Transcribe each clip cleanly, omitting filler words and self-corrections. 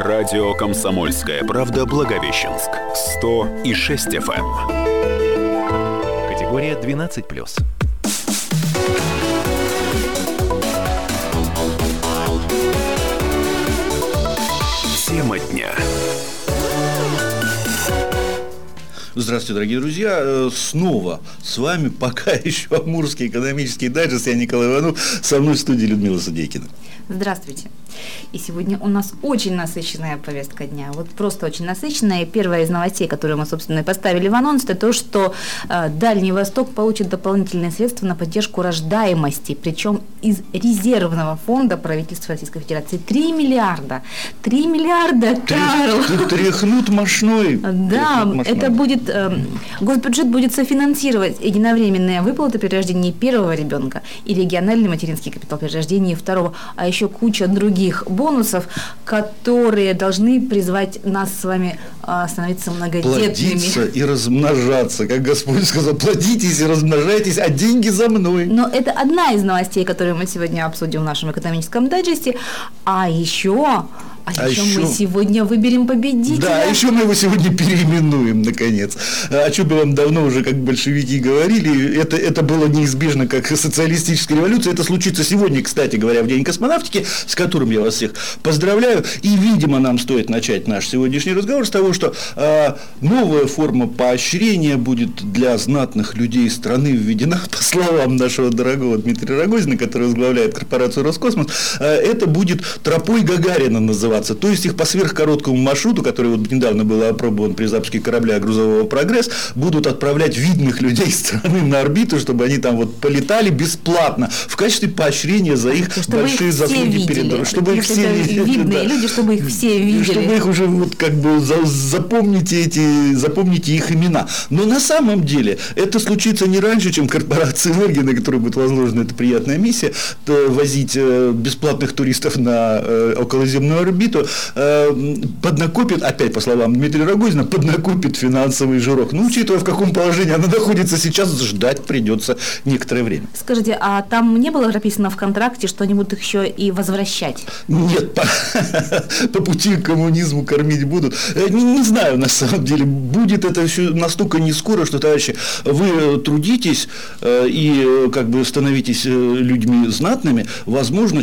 Радио «Комсомольская правда» Благовещенск. 100,6 FM. Категория 12+. Тема дня. Здравствуйте, дорогие друзья. Снова с вами пока еще Амурский экономический дайджест. Я Николай Иванов, со мной в студии Людмила Судейкина. Здравствуйте. И сегодня у нас очень насыщенная повестка дня. Вот просто очень насыщенная. И первая из новостей, которую мы, собственно, и поставили в анонс, это то, что Дальний Восток получит дополнительные средства на поддержку рождаемости, причем из резервного фонда правительства Российской Федерации. 3 миллиарда. 3 миллиарда, Карл! Тряхнут мощной. Да, это будет... Госбюджет будет софинансировать единовременные выплаты при рождении первого ребенка и региональный материнский капитал при рождении второго, а еще куча других бонусов, которые должны призвать нас с вами становиться многодетными. Плодиться и размножаться. Как Господь сказал, плодитесь и размножайтесь, а деньги за мной. Но это одна из новостей, которые мы сегодня обсудим в нашем экономическом дайджесте. А еще мы сегодня выберем победителя. Да, еще мы его сегодня переименуем, наконец. О чем мы вам давно уже, как большевики, говорили. Это было неизбежно, как социалистическая революция. Это случится сегодня, кстати говоря, в День космонавтики, с которым я вас всех поздравляю. И, видимо, нам стоит начать наш сегодняшний разговор с того, что новая форма поощрения будет для знатных людей страны введена, по словам нашего дорогого Дмитрия Рогозина, который возглавляет корпорацию Роскосмос. Это будет тропой Гагарина называться. То есть их по сверхкороткому маршруту, который вот недавно был опробован при запуске корабля грузового «Прогресс», будут отправлять видных людей страны на орбиту, чтобы они там вот полетали бесплатно в качестве поощрения за их большие заслуги перед народом. Чтобы их все видели. Видные люди, чтобы их все видели. Чтобы их уже вот как бы запомните их имена. Но на самом деле это случится не раньше, чем корпорация «Энергия», на которую будет возложена эта приятная миссия, возить бесплатных туристов на околоземную орбиту, поднакопит, опять по словам Дмитрия Рогозина, поднакопит финансовый жирок. Но учитывая, в каком положении она находится сейчас, ждать придется некоторое время. Скажите, а там не было прописано в контракте, что они будут их еще и возвращать? Нет, по пути к коммунизму кормить будут. Не знаю, на самом деле, будет это все настолько не скоро, что, товарищи, вы трудитесь и как бы становитесь людьми знатными, возможно,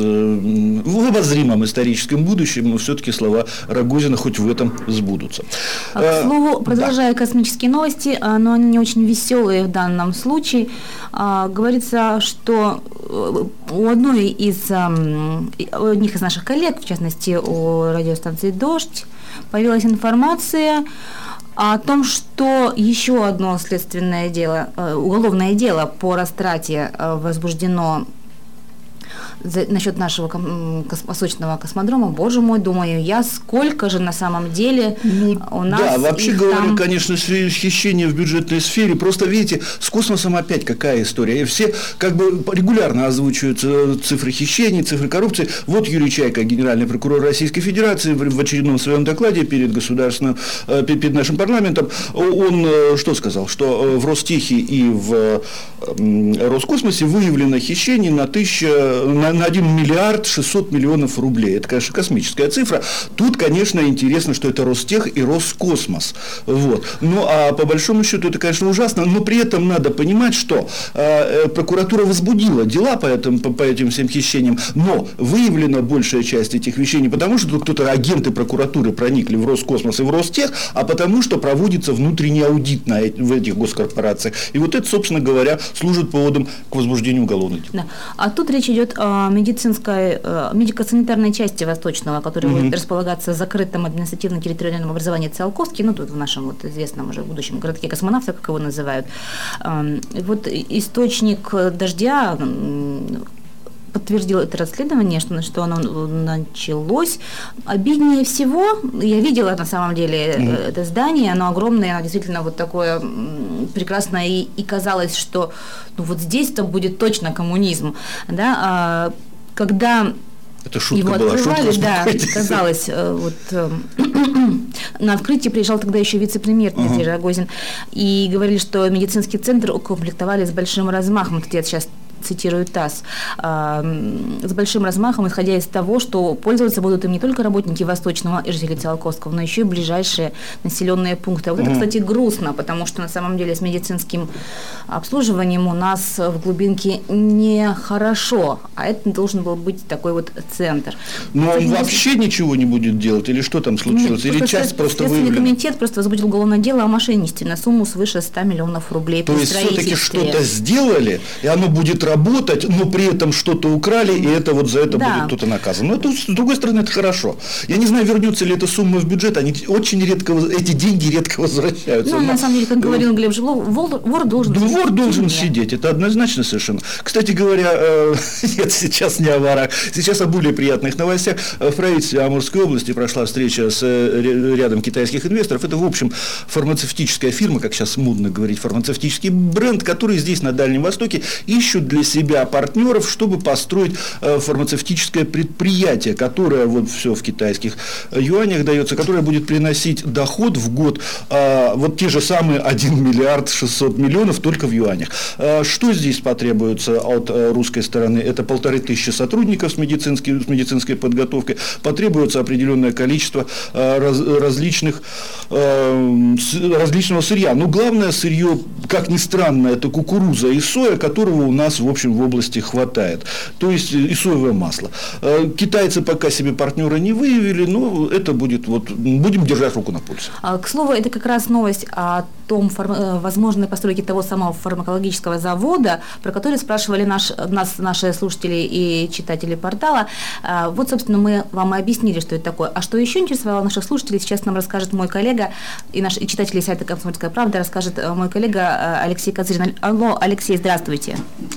в обозримом историческом будущем, но все-таки слова Рогозина хоть в этом сбудутся. К слову, продолжая космические новости, но они не очень веселые в данном случае, говорится, что у одних из наших коллег, в частности, у радиостанции «Дождь», появилась информация о том, что еще одно следственное дело, уголовное дело по растрате возбуждено насчет нашего восточного космодрома. Боже мой, думаю я, сколько же на самом деле у нас. Да, вообще говоря, там... конечно, хищение в бюджетной сфере. Просто видите, с космосом опять какая история. И все как бы регулярно озвучивают цифры хищений, цифры коррупции. Вот Юрий Чайка, генеральный прокурор Российской Федерации, в очередном своем докладе перед перед нашим парламентом, он что сказал? Что в Ростехе и в Роскосмосе выявлено хищение на 1 миллиард 600 миллионов рублей. Это, конечно, космическая цифра. Тут, конечно, интересно, что это Ростех и Роскосмос. Вот. Ну, а по большому счету это, конечно, ужасно, но при этом надо понимать, что прокуратура возбудила дела по этим всем хищениям, но выявлена большая часть этих вещей не потому, что тут кто-то, агенты прокуратуры проникли в Роскосмос и в Ростех, а потому, что проводится внутренний аудит в этих госкорпорациях. И вот это, собственно говоря, служит поводом к возбуждению уголовных дел. Да. А тут речь идет о медико-санитарной части Восточного, которая будет располагаться в закрытом административно-территориальном образовании Циолковский, ну, тут в нашем вот известном уже будущем городке космонавтов, как его называют. Вот источник «Дождя» подтвердил это расследование, что оно началось. Обиднее всего, я видела на самом деле это здание, оно огромное, оно действительно вот такое прекрасное, и казалось, что ну, вот здесь-то будет точно коммунизм. Да? Когда это шутка его была, открывали, шутка, да, казалось, на открытие приезжал тогда еще вице-премьер Дмитрий Рогозин, и говорили, что медицинский центр укомплектовали с большим размахом. Вот я сейчас цитирую ТАСС, с большим размахом, исходя из того, что пользоваться будут им не только работники Восточного и жители Циолковского, но еще и ближайшие населенные пункты. Вот это, кстати, грустно, потому что на самом деле с медицинским обслуживанием у нас в глубинке нехорошо, а это должен был быть такой вот центр. Но он вообще ничего не будет делать? Или что там случилось? Или часть просто выявлена? Следственный комитет просто возбудил уголовное дело о мошенничестве на сумму свыше 100 миллионов рублей. То есть все-таки что-то сделали, и оно будет работать, но при этом что-то украли, и это вот за это будет кто-то наказан. Но это, с другой стороны, это хорошо. Я не знаю, вернется ли эта сумма в бюджет, они очень редко, эти деньги редко возвращаются. Ну, на самом деле, как говорил Глеб Жиглов, вор должен сидеть. Вор должен сидеть, это однозначно совершенно. Кстати говоря, нет, сейчас не о ворах, сейчас о более приятных новостях. В правительстве Амурской области прошла встреча с рядом китайских инвесторов. Это, в общем, фармацевтическая фирма, как сейчас модно говорить, фармацевтический бренд, который здесь, на Дальнем Востоке, ищут для себя партнеров, чтобы построить фармацевтическое предприятие, которое вот все в китайских юанях дается, которое будет приносить доход в год вот те же самые 1 миллиард 600 миллионов только в юанях. Что здесь потребуется от русской стороны? Это 1500 сотрудников с медицинской подготовкой, потребуется определенное количество различного сырья. Но главное сырье, как ни странно, это кукуруза и соя, которого у нас, в общем, в области хватает. То есть и соевое масло. Китайцы пока себе партнера не выявили, но это будет, вот, будем держать руку на пульсе. К слову, это как раз новость о том возможной постройке того самого фармакологического завода, про который спрашивали нас наши слушатели и читатели портала. Вот, собственно, мы вам и объяснили, что это такое. А что еще интересовало наших слушателей, сейчас нам расскажет мой коллега, и читатели сайта «Комсомольская правда» расскажет мой коллега Алексей Козырин. Алло, Алексей, здравствуйте.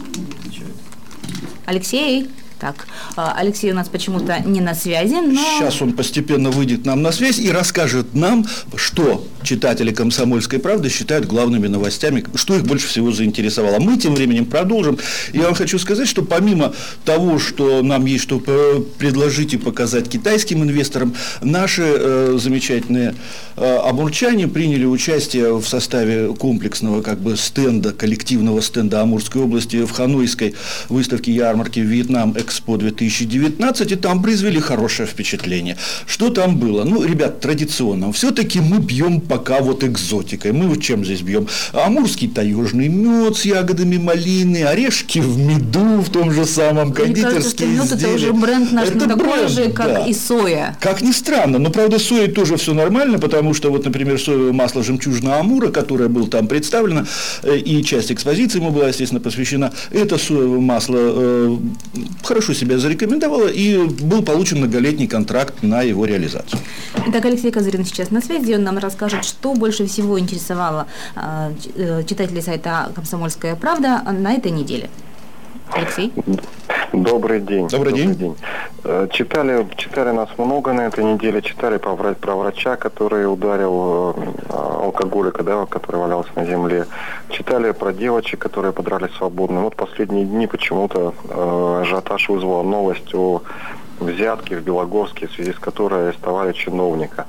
Алексей? Так, Алексей у нас почему-то не на связи, но... Сейчас он постепенно выйдет нам на связь и расскажет нам, что читатели «Комсомольской правды» считают главными новостями, что их больше всего заинтересовало. Мы тем временем продолжим. Я вам хочу сказать, что помимо того, что нам есть что предложить и показать китайским инвесторам, наши замечательные амурчане приняли участие в составе комплексного стенда, коллективного стенда Амурской области в Ханойской выставке ярмарки «Вьетнам Экспо 2019», и там произвели хорошее впечатление. Что там было? Ну, ребят, традиционно. Все-таки мы бьем пока вот экзотикой. Мы вот чем здесь бьем? Амурский таежный мед с ягодами малины, орешки в меду в том же самом, кондитерские изделия. Это уже бренд наш, это такой бренд, же, как да. И соя. Как ни странно, но, правда, с соей тоже все нормально, потому что, вот, например, соевое масло «Жемчужина Амура», которое было там представлено, и часть экспозиции ему была, естественно, посвящена, это соевое масло хорошо себя зарекомендовало, и был получен многолетний контракт на его реализацию. Итак, Алексей Козырин сейчас на связи, он нам расскажет, что больше всего интересовало читателей сайта «Комсомольская правда» на этой неделе. Алексей? Добрый день. Добрый день. Читали нас много на этой неделе, читали про врача, который ударил алкоголика, да, который валялся на земле. Читали про девочек, которые подрались свободно. Вот последние дни почему-то ажиотаж вызвала новость о взятке в Белогорске, в связи с которой арестовали чиновника.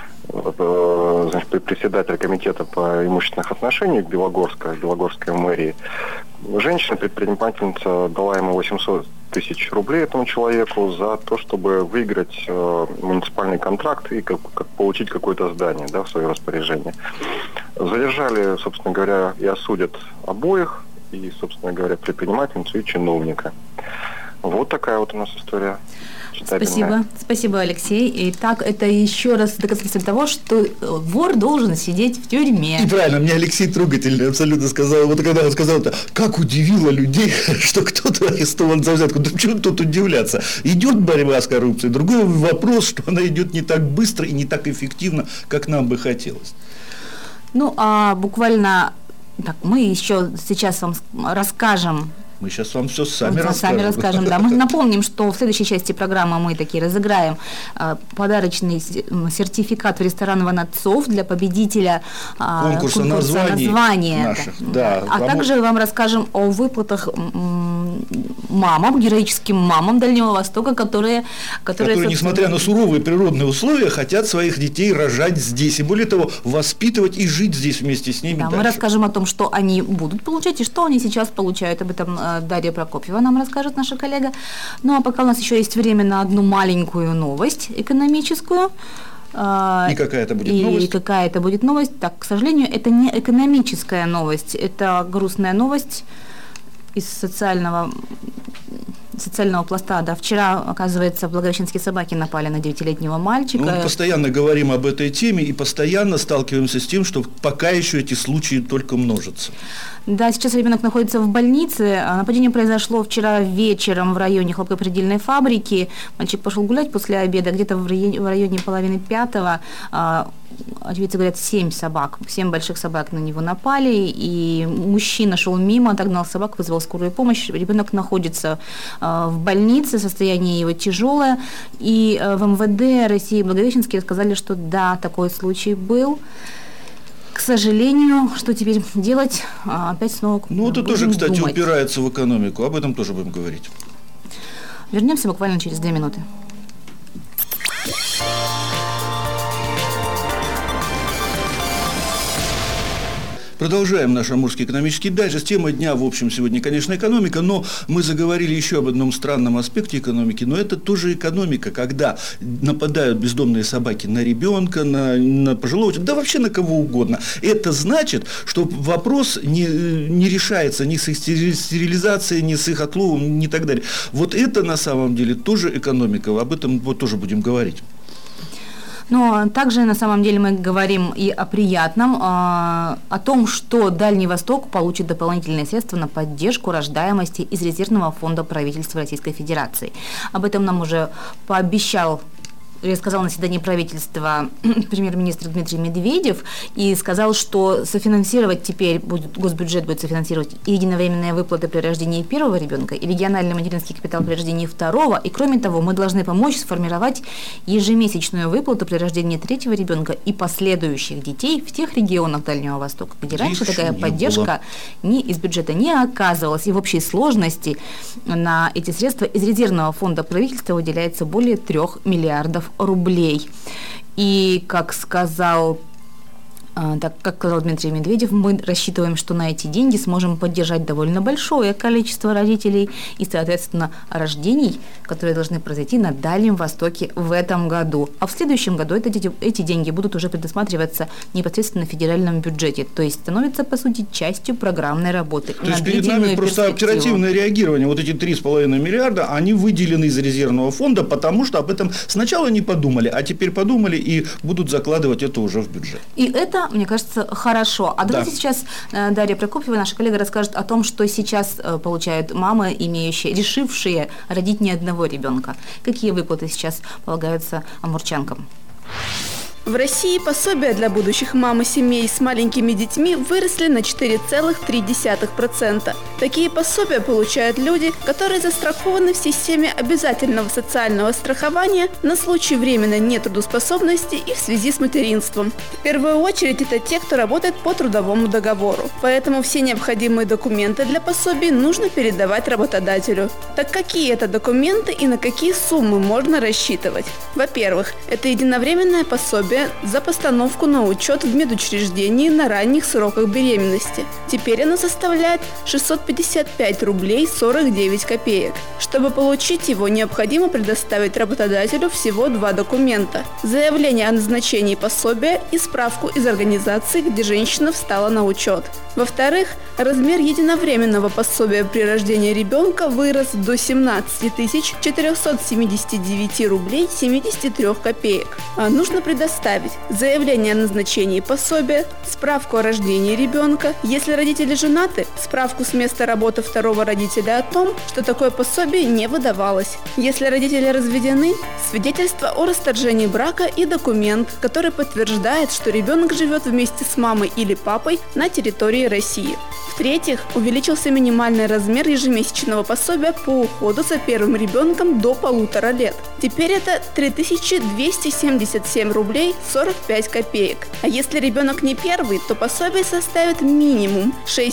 Значит, председатель комитета по имущественных отношениях Белогорской мэрии. Женщина-предпринимательница дала ему 800 тысяч рублей этому человеку за то, чтобы выиграть муниципальный контракт и получить какое-то здание, да, в свое распоряжение. Задержали, собственно говоря, и осудят обоих, и, собственно говоря, предпринимательницу и чиновника. Вот такая вот у нас история. Спасибо, Алексей. Итак, это еще раз доказательство того, что вор должен сидеть в тюрьме. И правильно, мне Алексей трогательно абсолютно сказал, вот когда он сказал это, как удивило людей, что кто-то арестован за взятку. Да почему тут удивляться? Идет борьба с коррупцией. Другой вопрос, что она идет не так быстро и не так эффективно, как нам бы хотелось. Ну, а буквально так, мы еще сейчас вам расскажем. Мы сейчас вам все сами расскажем. Да. Мы напомним, что в следующей части программы мы такие разыграем подарочный сертификат в ресторан «Ванатцов» для победителя конкурса названий наших. Да, также вам расскажем о выплатах мамам, героическим мамам Дальнего Востока, которые несмотря на суровые природные условия, хотят своих детей рожать здесь, и более того, воспитывать и жить здесь вместе с ними. Да, мы расскажем о том, что они будут получать и что они сейчас получают. Об этом Дарья Прокопьева нам расскажет, наша коллега. Ну, а пока у нас еще есть время на одну маленькую новость экономическую. И какая это будет новость? И какая это будет новость? Так, к сожалению, это не экономическая новость, это грустная новость из социального пласта. Да, вчера, оказывается, в Благовещенске собаки напали на 9-летнего мальчика. Мы постоянно говорим об этой теме и постоянно сталкиваемся с тем, что пока еще эти случаи только множатся. Да, сейчас ребенок находится в больнице. Нападение произошло вчера вечером в районе хлопкопредельной фабрики. Мальчик пошел гулять после обеда, где-то в районе половины пятого. Очевидцы говорят, 7 больших собак на него напали, и мужчина шел мимо, отогнал собак, вызвал скорую помощь. Ребенок находится в больнице, состояние его тяжелое, и в МВД России Благовещенске сказали, что да, такой случай был. К сожалению, что теперь делать? Опять снова это тоже, кстати, упирается в экономику, об этом тоже будем говорить. Вернемся буквально через 2 минуты. Продолжаем наш Амурский экономический дайджест. Тема дня, в общем, сегодня, конечно, экономика, но мы заговорили еще об одном странном аспекте экономики, но это тоже экономика, когда нападают бездомные собаки на ребенка, на пожилого человека, да вообще на кого угодно. Это значит, что вопрос не решается ни с их стерилизацией, ни с их отловом, ни так далее. Вот это на самом деле тоже экономика, об этом тоже будем говорить. Но также на самом деле мы говорим и о приятном, о том, что Дальний Восток получит дополнительные средства на поддержку рождаемости из резервного фонда правительства Российской Федерации. Об этом нам уже рассказал на заседании правительства премьер-министр Дмитрий Медведев и сказал, что софинансировать теперь госбюджет будет софинансировать и единовременные выплаты при рождении первого ребенка, и региональный материнский капитал при рождении второго, и кроме того, мы должны помочь сформировать ежемесячную выплату при рождении третьего ребенка и последующих детей в тех регионах Дальнего Востока, где раньше такая поддержка из бюджета не оказывалась, и в общей сложности на эти средства из резервного фонда правительства выделяется более 3 миллиардов рублей. И, как сказал Дмитрий Медведев, мы рассчитываем, что на эти деньги сможем поддержать довольно большое количество родителей и, соответственно, рождений, которые должны произойти на Дальнем Востоке в этом году. А в следующем году эти деньги будут уже предусматриваться непосредственно в федеральном бюджете, то есть становятся, по сути, частью программной работы. То есть перед нами просто оперативное реагирование. Вот эти 3,5 миллиарда, они выделены из резервного фонда, потому что об этом сначала не подумали, а теперь подумали и будут закладывать это уже в бюджет. И это, мне кажется, хорошо. А давайте сейчас Дарья Прокопьева, наша коллега, расскажет о том, что сейчас получают мамы, решившие родить не одного ребенка. Какие выплаты сейчас полагаются амурчанкам? В России пособия для будущих мам и семей с маленькими детьми выросли на 4,3%. Такие пособия получают люди, которые застрахованы в системе обязательного социального страхования на случай временной нетрудоспособности и в связи с материнством. В первую очередь это те, кто работает по трудовому договору. Поэтому все необходимые документы для пособий нужно передавать работодателю. Так какие это документы и на какие суммы можно рассчитывать? Во-первых, это единовременное пособие за постановку на учет в медучреждении на ранних сроках беременности. Теперь оно составляет 655 рублей 49 копеек. Чтобы получить его, необходимо предоставить работодателю всего 2 документа: заявление о назначении пособия и справку из организации, где женщина встала на учет. Во-вторых, размер единовременного пособия при рождении ребенка вырос до 17 479 рублей 73 копеек. Нужно предоставить заявление о назначении пособия, справку о рождении ребенка, если родители женаты, справку с места работы второго родителя о том, что такое пособие не выдавалось. Если родители разведены, свидетельство о расторжении брака и документ, который подтверждает, что ребенок живет вместе с мамой или папой на территории России. В-третьих, увеличился минимальный размер ежемесячного пособия по уходу за первым ребенком до 1,5 лет. Теперь это 3277 рублей 45 копеек. А если ребенок не первый, то пособие составит минимум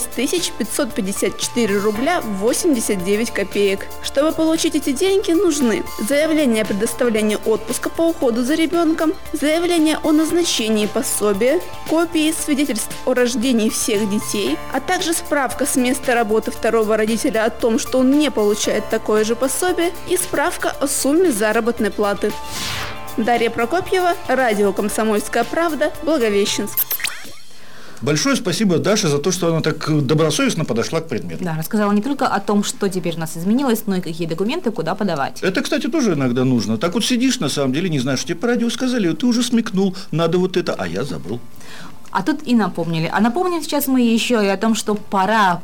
6554 рубля 89 копеек. Чтобы получить эти деньги, нужны заявление о предоставлении отпуска по уходу за ребенком, заявление о назначении пособия, копии свидетельств о рождении всех детей, а также справка с места работы второго родителя о том, что он не получает такое же пособие, и справка о сумме заработной платы. Дарья Прокопьева, радио «Комсомольская правда», Благовещенск. Большое спасибо Даше за то, что она так добросовестно подошла к предмету. Да, рассказала не только о том, что теперь у нас изменилось, но и какие документы, куда подавать. Это, кстати, тоже иногда нужно. Так вот сидишь, на самом деле, не знаешь, что тебе по радио сказали, ты уже смекнул, надо вот это, а я забыл. А тут и напомнили. А напомним сейчас мы еще и о том, что пора.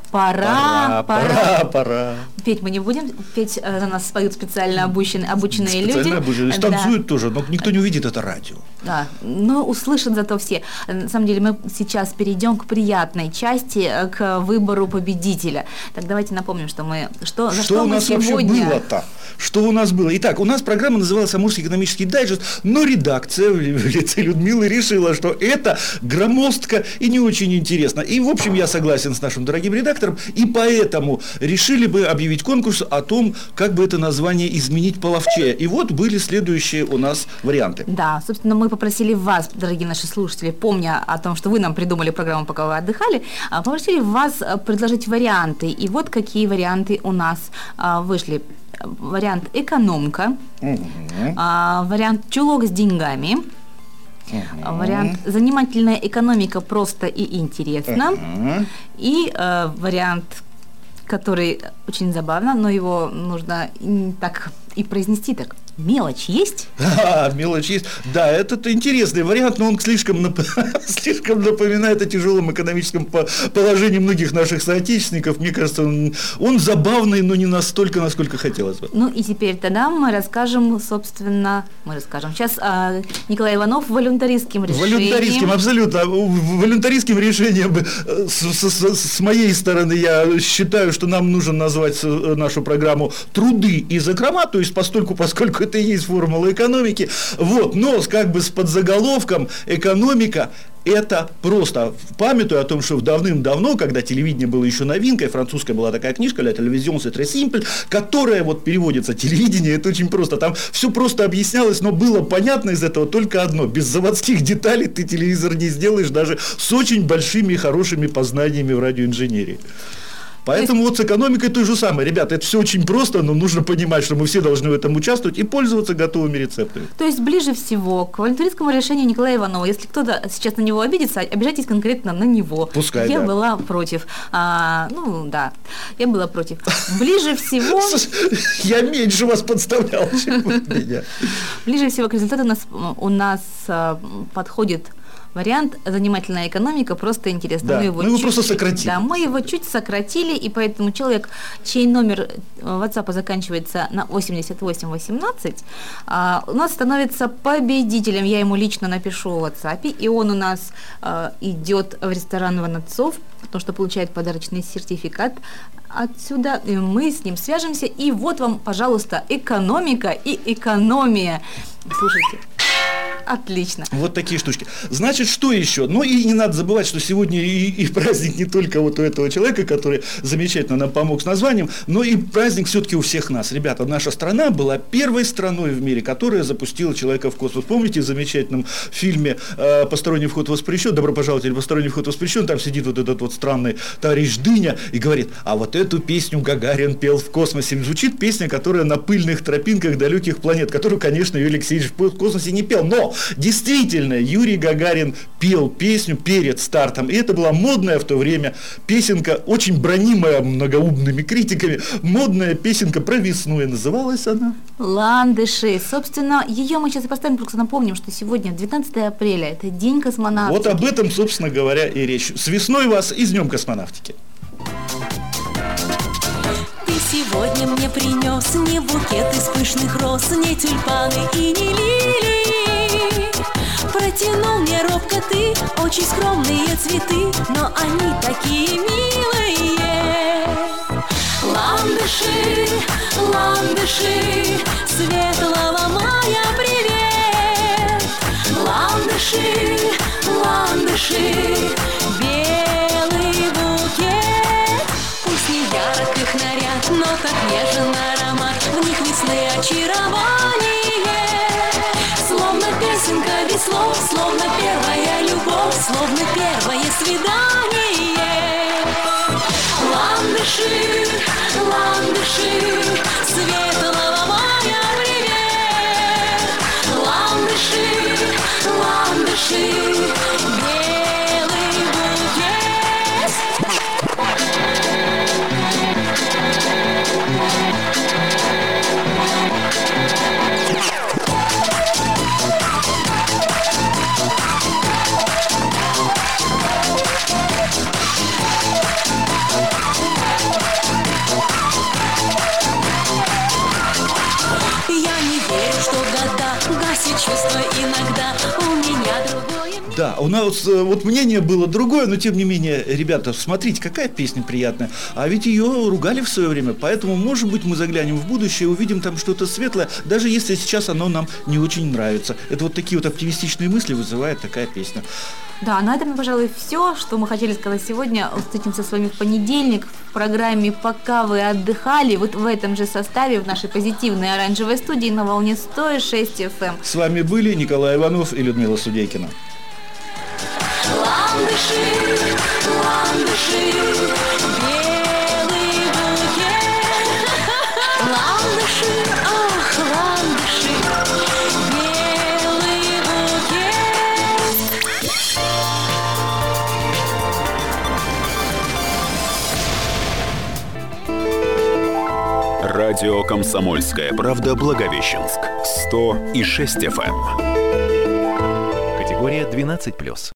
Петь мы не будем, петь за нас споют специально обученные люди. Специально обученные, танцуют тоже, но никто не увидит это радио. Да, но услышат зато все. На самом деле мы сейчас перейдем к приятной части, к выбору победителя. Так давайте напомним, что мы что у нас сегодня... вообще было-то? Что у нас было? Итак, у нас программа называлась «Амурский экономический дайджест», но редакция в лице Людмилы решила, что это громоздко и не очень интересно. И, в общем, я согласен с нашим дорогим редактором, и поэтому решили бы объявить конкурс о том, как бы это название изменить половчее. И вот были следующие у нас варианты. Да, собственно, мы попросили вас, дорогие наши слушатели, помня о том, что вы нам придумали программу, пока вы отдыхали, попросили вас предложить варианты. И вот какие варианты у нас вышли. Вариант «экономка», вариант «чулок с деньгами», вариант «занимательная экономика просто и интересно», и вариант, который очень забавно, но его нужно так и произнести так. Мелочь есть? Мелочь есть. Да, это интересный вариант, но он слишком напоминает о тяжелом экономическом положении многих наших соотечественников. Мне кажется, он забавный, но не настолько, насколько хотелось бы. Ну и теперь тогда мы расскажем. Сейчас Николай Иванов волюнтаристским решением. Волюнтаристским, абсолютно. Волюнтаристским решением с моей стороны я считаю, что нам нужно назвать нашу программу «Труды и закрома», то есть поскольку это и есть формула экономики, вот, но как бы с подзаголовком «Экономика». Это просто, памятуя о том, что давным-давно, когда телевидение было еще новинкой, французская была такая книжка «La télévision c'est très simple», которая вот переводится «телевидение», это очень просто, там все просто объяснялось, но было понятно из этого только одно: без заводских деталей ты телевизор не сделаешь даже с очень большими и хорошими познаниями в радиоинженерии. Поэтому вот с экономикой то же самое. Ребята, это все очень просто, но нужно понимать, что мы все должны в этом участвовать и пользоваться готовыми рецептами. То есть ближе всего к волюнтаристскому решению Николая Иванова. Если кто-то сейчас на него обидится, обижайтесь конкретно на него. Пускай, я была против. Я была против. Ближе всего... Я меньше вас подставлял, чем меня. Ближе всего к результату у нас подходит вариант «занимательная экономика, просто интересно». Да, мы его просто сократили. Да, мы его чуть сократили, и поэтому человек, чей номер WhatsApp заканчивается на 8818, у нас становится победителем. Я ему лично напишу в WhatsApp, и он у нас идет в ресторан Ванатцов, потому что получает подарочный сертификат отсюда, и мы с ним свяжемся. И вот вам, пожалуйста, экономика и экономия. Слушайте. Отлично. Вот такие штучки. Значит, что еще? Ну и не надо забывать, что сегодня и праздник не только вот у этого человека, который замечательно нам помог с названием, но и праздник все-таки у всех нас. Ребята, наша страна была первой страной в мире, которая запустила человека в космос. Помните в замечательном фильме «Посторонний вход воспрещен», «Добро пожаловать» или «Посторонний вход воспрещен», там сидит вот этот вот странный товарищ Дыня и говорит: а вот эту песню Гагарин пел в космосе. Звучит песня, которая на пыльных тропинках далеких планет, которую, конечно, Юрий Алексеевич в космосе не пел, но действительно, Юрий Гагарин пел песню перед стартом, и это была модная в то время песенка, очень бранимая многоумными критиками, модная песенка про весну, и называлась она «Ландыши». Собственно, ее мы сейчас и поставим, просто напомним, что сегодня 12 апреля, это День космонавтики. Вот об этом, собственно говоря, и речь. С весной вас и с Днем космонавтики. Сегодня мне принес не букет из пышных роз, не тюльпаны и очень скромные цветы, но они такие милые. Ландыши, ландыши, светлого мая привет. Ландыши, ландыши, белый букет. Пусть не ярок их наряд, но так нежен аромат, в них весны очарование. Словно песенка без слов, словно первая любовь, словно первое свидание. Ландыши, ландыши, светлого мая привет. Ландыши, ландыши, белый букет. Чувство иногда, у меня другое. Да, у нас вот мнение было другое, но тем не менее, ребята, смотрите, какая песня приятная. А ведь ее ругали в свое время, поэтому, может быть, мы заглянем в будущее и увидим там что-то светлое, даже если сейчас оно нам не очень нравится. Это вот такие вот оптимистичные мысли вызывает такая песня. Да, на этом, пожалуй, все, что мы хотели сказать сегодня. Встретимся с вами в понедельник в программе «Пока вы отдыхали», вот в этом же составе, в нашей позитивной оранжевой студии на волне 106 FM. С вами были Николай Иванов и Людмила Судейкина. Ландыши, ландыши, белый букет. Ландыши, ах, ландыши, белый букет. Радио «Комсомольская правда» Благовещенск. 100,6 FM. Категория 12+.